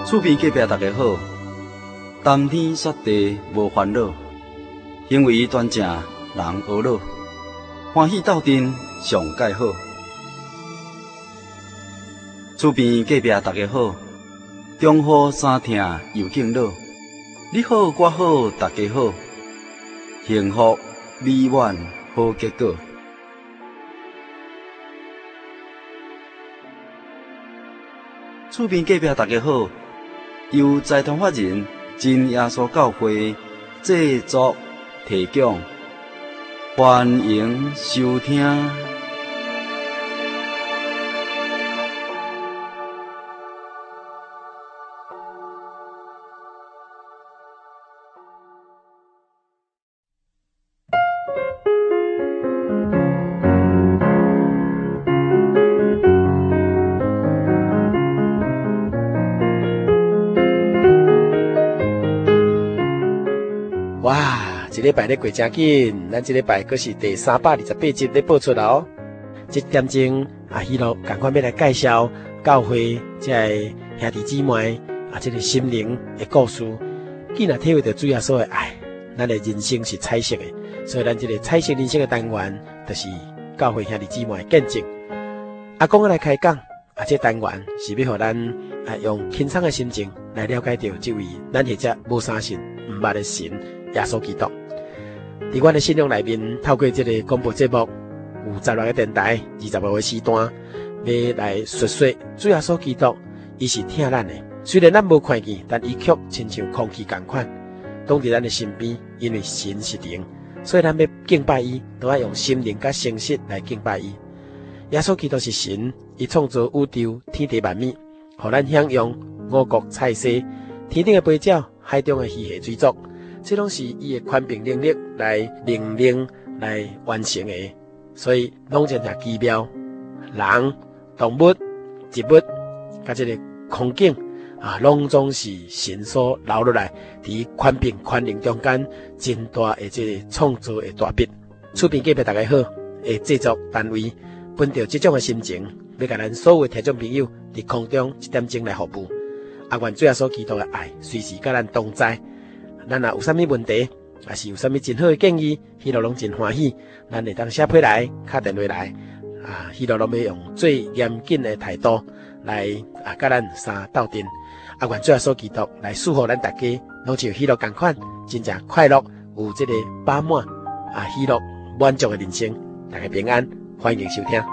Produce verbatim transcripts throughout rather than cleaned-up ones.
厝边隔壁大家好，谈天说地无烦恼，行为端正人学老，欢喜斗阵上介好。厝边隔壁大家好，中好三听又敬老，你好我好大家好，幸福美满好结果。厝边隔壁大家好，由财团法人真耶稣教会制作提供，欢迎收听。 哇，一礼拜咧过真紧，咱这礼拜阁是第三百二十八集咧播出啦哦。这点钟啊，希罗赶快要来介绍教会这个兄弟姊妹啊，这个心灵的故事。既然体会到主耶稣的爱，咱的人生是彩色的，所以咱这个彩色人生的单元，就是教会兄弟姊妹的见证。阿公来开讲，啊，这单元是要互咱啊用轻松的心情来了解到这位咱或者无三神毋捌的神。耶稣基督，伫阮的信仰内面，透过这个广播节目，有十六个电台，二十六个时段，要来述说主耶稣基督，伊是疼咱的。虽然咱无看见，但伊却亲像空气共款，挡伫咱的身边。因为神是灵，所以咱要敬拜伊，都要用心灵甲诚实来敬拜伊。耶稣基督是神，伊创造宇宙天地万物，互咱享用五谷菜色，天顶的飞鸟，海中的鱼虾水族。这拢是伊的宽屏能力来命令来完成的，所以拢真正奇妙。人、动物、植物，甲这个空境啊，拢总是神所留落来，伫宽屏宽能中间真大的这个创造的大笔。厝边隔壁大家好，的制作单位，本着这种的心情，要甲咱所有听众朋友伫空中一点钟来服务。啊，愿主耶稣基督的爱随时甲咱同在。咱若有啥物问题，也是有啥物真好的建议，希罗拢真欢喜，咱会当写批来，敲电话来，啊，希罗拢要用最严谨的态度来啊，甲咱相斗阵。啊，愿主耶稣基督来祝福咱大家，拢像希罗共款，真正快乐，有这个饱满啊，希罗满足的人生，大家平安，欢迎收听。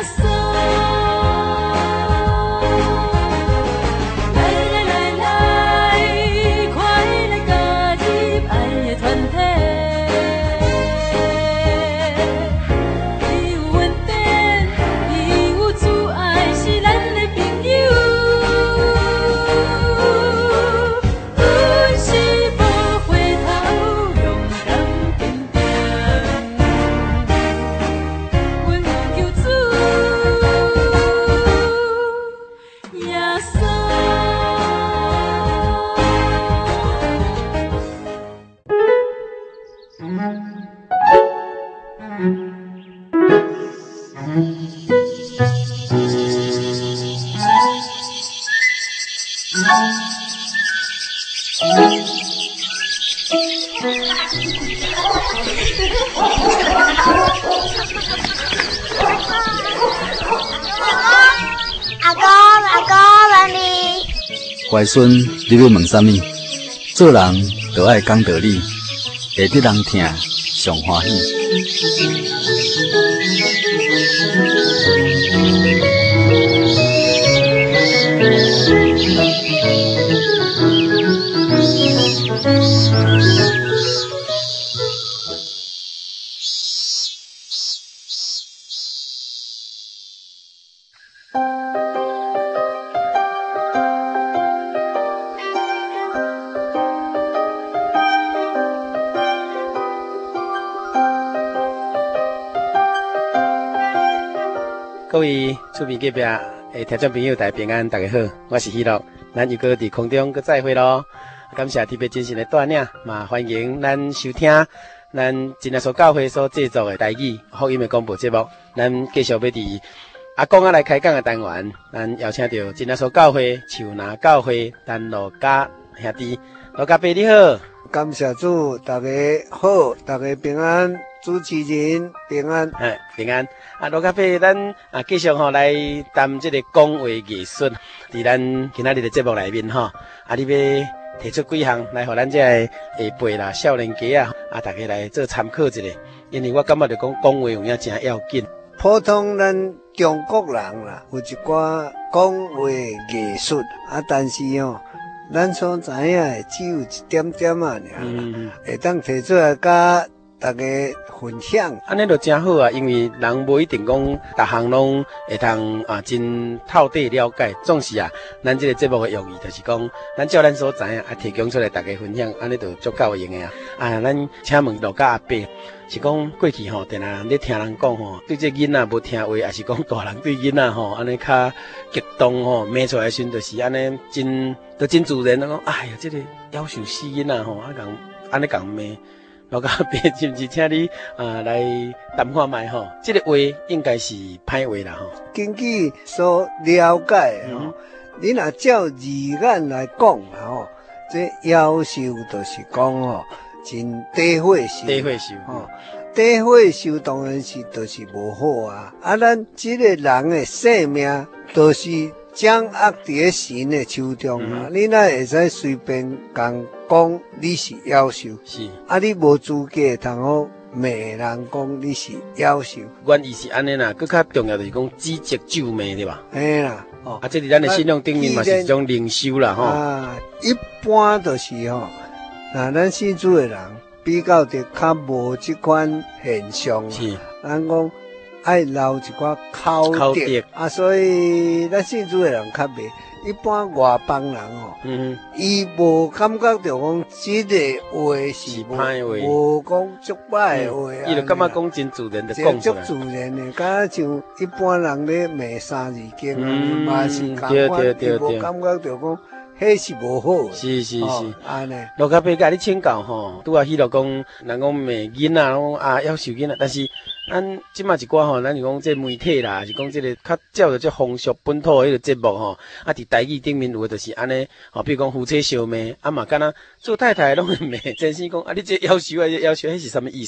阿公，阿公，问你， 乖孙，你要问啥物？做人就爱讲道理，会得人听，上欢喜。 各位厝边隔壁诶听众朋友，大家平安，大家好，我是喜乐，咱又搁伫空中搁再会咯。感谢特别精神的带领，嘛欢迎咱收听咱真耶稣教会所制作的台语福音的广播节目。咱继续要伫阿公啊来开讲的单元，咱邀请到真耶稣教会树林教会陈罗家兄弟，罗家伯你好， 感谢主，大家好，大家平安。主持人平安， 哎，平安。啊，罗家伯，咱啊继续吼来谈这个讲话艺术，伫咱今仔日的节目内面吼，啊，你要提出几项来，互咱这个下辈啦、少年家啊，啊，大家来做参考一下。因为我感觉着讲讲话有影真要紧。 普通咱中国人啦，有一寡讲话艺术啊，但是吼、哦，咱所知影的只有一点点啊，尔嗯， 会当提出来甲大家分享， 安尼就真好啊，因为人无一定讲逐项拢会通啊真透底了解，总是啊，咱这个节目的用意就是讲，咱照咱所知影啊，提供出来大家分享，安尼就足够用的啊。啊，咱请问罗家阿伯，是讲过去吼，定定咧听人讲吼，对这囡仔无听话，还是讲大人对囡仔吼，安尼较激动吼，骂出来的时阵就是安尼真，都真自然讲，哎呀，这个夭寿死囡仔吼，啊讲安尼讲骂。罗家伯是不是请你啊来谈看卖吼？这个话应该是歹话啦吼。 根据所了解的吼， 嗯、 你若照字眼来讲啦吼，这夭寿就是讲吼，真低火寿。 低火寿吼，低火寿当然是就是无好啊。啊，咱这个人的性命都是掌握伫神的手中啊！嗯、你哪会使随便讲讲你是夭寿？ 是啊，你无资格通好骂人讲你是夭寿。 原意是安尼啦，更较重要就是讲指责咒骂对吧？ 嘿啦，哦， 啊，这伫咱的信仰顶面嘛是一种灵修啦吼。 啊，一般就是吼，那咱信主的人比较着较无即款现象。 是， 咱讲。爱留一寡口德啊，所以咱信主的人较袂。一般外邦人哦，嗯，伊无感觉着讲即个话是歹话， 无讲足歹的话， 伊就感觉讲真自然的讲出来， 足自然的，敢像一般人咧骂三字经啊，嘛是感觉，伊无感觉着讲。迄是无好， 是是是， 安尼。 罗家伯甲你请教吼，拄啊，迄落讲，人讲骂囡仔，讲啊夭寿囡仔，但是咱即马一寡吼，咱是讲这媒体啦，是讲这个较照着这风俗本土的迄个节目吼，啊，伫台语顶面有的就是安尼，吼，比如讲夫妻相骂，啊嘛，敢若做太太拢会骂，真是讲啊，你这夭寿啊，夭寿，迄是啥物意思？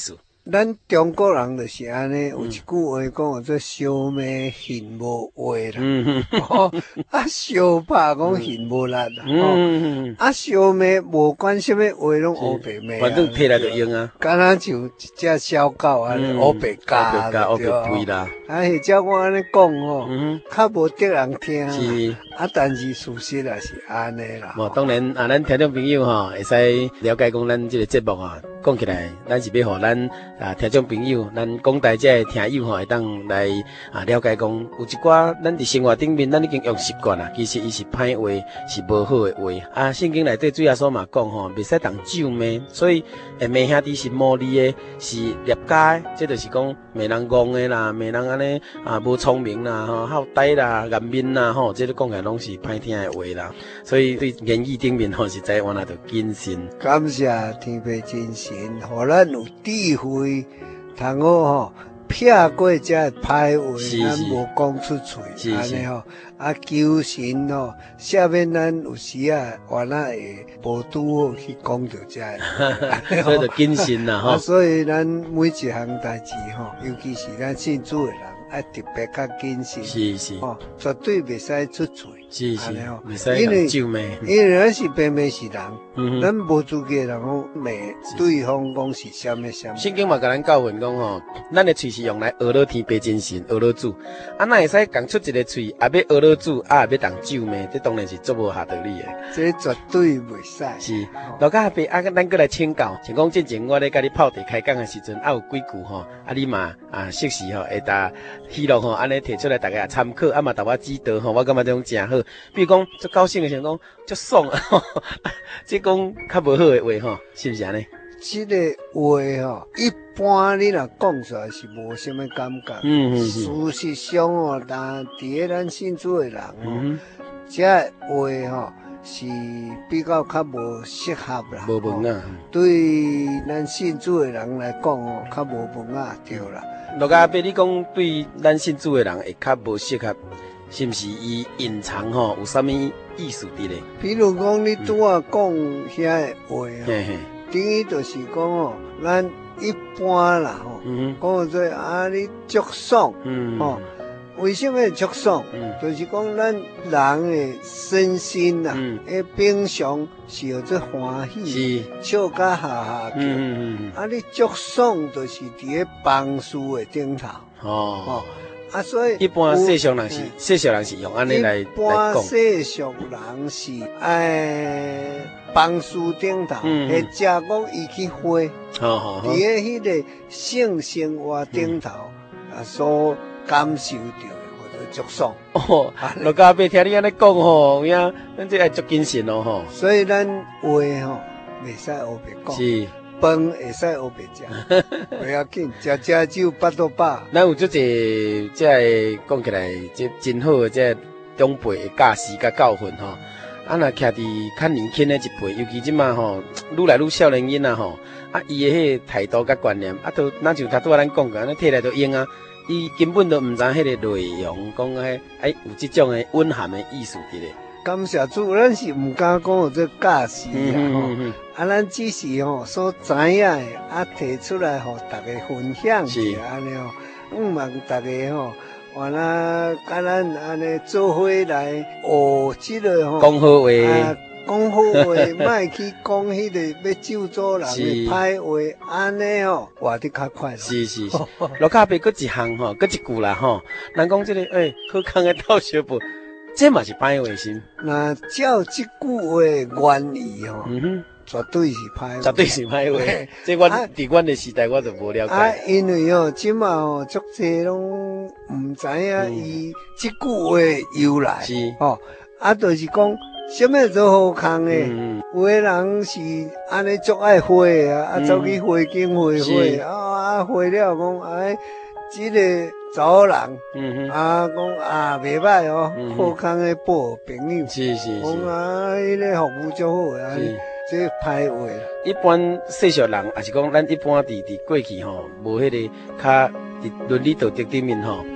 咱中国人就是安尼，有一句话讲做烧麦恨无话啦， 嗯哦，啊烧拍讲恨无力啦，哦， 嗯， 啊烧麦无管什么话拢乌白麦， 反正摕来就用啊， 敢若就一只小狗安尼乌白加， 乌白肥啦， 啊，或者我安尼讲吼， 嗯， 较无得人听， 是， 啊，但是事实也是安尼啦。 无当然啊，咱听众朋友吼，会使了解讲咱这个节目啊，讲起来，咱是要互咱啊听众朋友，咱广大这听友吼，会当来啊了解讲，有一寡咱伫生活顶面，咱已经用习惯啦，其实伊是歹话，是无好的话。啊，圣经内底主耶稣嘛讲吼，袂使当咒骂，所以诶骂兄弟是无理的，是劣假的，这就是讲骂人戆的啦，骂人安尼啊无聪明啦，吼好呆啦，颜面啦，吼，这个讲起来拢是歹听的话啦。所以对言语顶面吼，实在我那着谨慎。 感谢天父真神，互咱有智慧，通好吼撇过这歹话，咱无讲出嘴，安尼吼。啊，求神吼，赦免咱有时啊，原来会无拄好去讲到这， 所以就谨慎啦吼。 所以咱每一项代志吼，尤其是咱信主的人，爱特别较谨慎。 是是， 哦，绝对袂使出嘴。 是是， 袂使讲咒骂， 因为咱是平民是人， 嗯、 咱无资格人讲骂对方讲是啥物啥物。 圣经嘛，甲咱教训讲吼，咱的喙是用来学老天、白真神、学老主，啊，哪会使讲出一个喙，也要学老主，啊，也要当咒骂，这当然是足无下道理的。 这绝对袂使。 是，老家伯啊，咱过来请教，像讲之前我咧甲你泡茶开讲的时阵，啊有几句吼，啊你嘛啊适时吼，会当希望吼安尼摕出来大家参考，啊嘛大家指导吼，我感觉这种真好。比如讲，足高兴的，像讲足爽啊，即讲较无好的话吼，是不是安尼？ 这个话吼，一般你若讲出来是无什么感觉。 嗯嗯嗯。 事实上哦，但伫个咱信主的人哦， 嗯、 这话吼是比较较无适合啦。 无文啊。 对咱信主的人来讲哦，较无文啊，对啦。 罗家伯，你讲对咱信主的人会较无适合，是毋是伊隐藏吼有啥物意思伫咧？ 比如讲，你拄啊讲遐个话哦，等于就是讲哦，咱一般啦吼，讲做啊你足爽，吼，为什么会足爽？就是讲咱人的身心啦，诶，平常是有做欢喜，笑甲哈哈叫，啊你足爽就是伫个房事的顶头，哦。啊，所以一般世俗人是世俗人是用安尼来来讲。一般世俗人是诶，房事顶头，或者讲伊去花，伫个迄个性生活顶头啊，所感受到的或者足爽。 哦，罗家伯听你安尼讲吼，呀，咱这爱足谨慎哦吼。 所以咱话吼，袂使黑白讲。是。饭会使黑白食，不要紧，食食酒巴肚饱。 咱有足济这讲起来，这真好的这长辈的教示甲教训吼。啊，若徛伫较年轻的一辈，尤其即马吼，愈来愈少年囡仔吼，啊，伊的迄个态度甲观念，啊，都那就他拄仔咱讲个，安尼摕来就用啊。伊根本都毋知迄个内容，讲迄哎有即种的蕴含的意思伫咧。 感谢主，咱是毋敢讲有这教示啊吼，啊，咱只是吼所知影的，啊，提出来互大家分享者安尼吼，毋望大家吼，原来甲咱安尼做伙来学即个吼， 讲好话， 讲好话，莫去讲迄个要咒詛人的歹话，安尼吼活得较快乐。 是是是，罗卡伯搁一项吼，搁一句啦吼，人讲即个诶，好康的斗小报。这嘛是歹话心。 那照这句话原意吼，嗯哼，绝对是歹话， 绝对是歹话。这我伫阮的时代我就无了解。 啊，因为哦，即马哦，足济拢毋知影伊这句话由来。是哦，啊，就是讲什么做好康诶，有个人是安尼足爱花啊，啊，走去花景花花，啊啊，花了讲哎，这个。查人，嗯哼，啊，讲啊，袂歹哦，好康的报朋友，是是是，讲啊，迄个服务足好啊，这歹话。 一般世俗人，也是讲咱一般伫伫过去吼，无迄个较伫伦理道德顶面吼，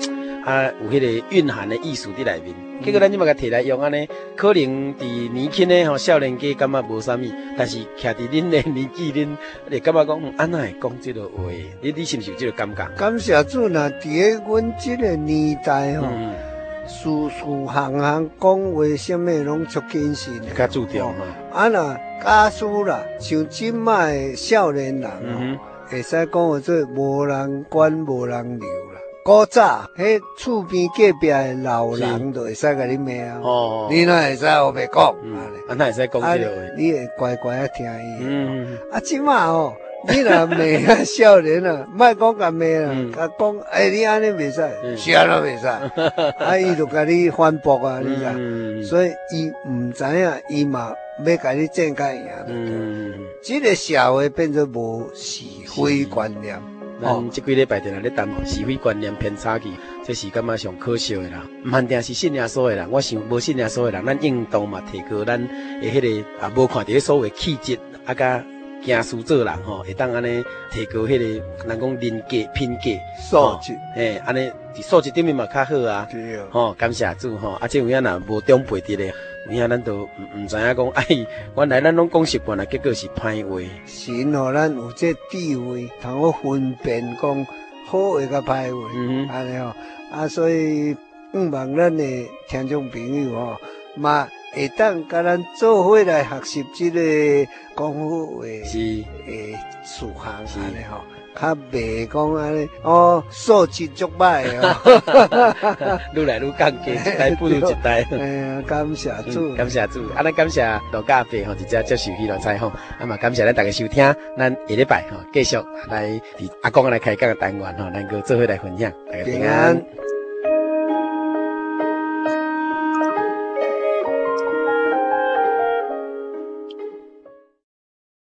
啊有迄个蕴含的意思伫内面。结果咱即马甲摕来用安尼，可能伫年轻的吼少年家感觉无啥物，但是徛伫恁的年纪，恁会感觉讲安那会讲即个话，你你是毋是有即个感觉？ 感谢主呐，伫个阮即个年代吼， 嗯， 事事行行讲话什么拢足谨慎的， 较注重哈。 啊那假使啦，像即卖的少年人哦， 嗯会使讲话做无人管无人留啦。古早，迄厝边隔壁的老人就会使甲你骂啊， 哦， 你哪会使后白讲？ 嗯安尼啊，那会使讲啊即个话。 你会乖乖啊听伊。 嗯， 啊，即马哦，你若骂啊少年啊，莫讲甲骂啦嗯， 甲讲，诶，你安尼袂使， 嗯是安怎袂使？啊，伊就甲你反驳啊，你知？ 嗯所以伊毋知影，伊嘛要甲你争甲赢。 嗯， 即个社会变做无是非观念。 咱即几礼拜定来咧谈是非观念偏差去，这是感觉上可笑的啦。毋限定是信耶稣的人，我想无信耶稣的人，咱应当嘛提高咱的迄个啊，无看到所谓气质啊，甲行事做人吼，会当安尼提高迄个人讲人格品格素质， 嘿，安尼伫素质顶面嘛较好啊。 对哦。 吼，感谢主吼，啊，即有影若无长辈伫咧，有影咱都毋毋知影讲，哎，原来咱拢讲习惯啦，结果是歹话。 神互咱有这智慧，通好分辨讲好话甲歹话， 嗯安尼吼。啊，所以希望咱的听众朋友吼，嘛会当甲咱做伙来学习即个讲好话是诶事项，安尼吼。较袂讲安尼哦，素质足歹哦， 愈来愈降低，一代不如一代。 哎呀，感谢主， 嗯、感谢主，啊，咱感谢罗家伯吼，直接接受迄个采访，啊嘛感谢咱大家收听，咱下礼拜吼继续来伫阿公来开讲的单元吼，能够做伙来分享，大家平安。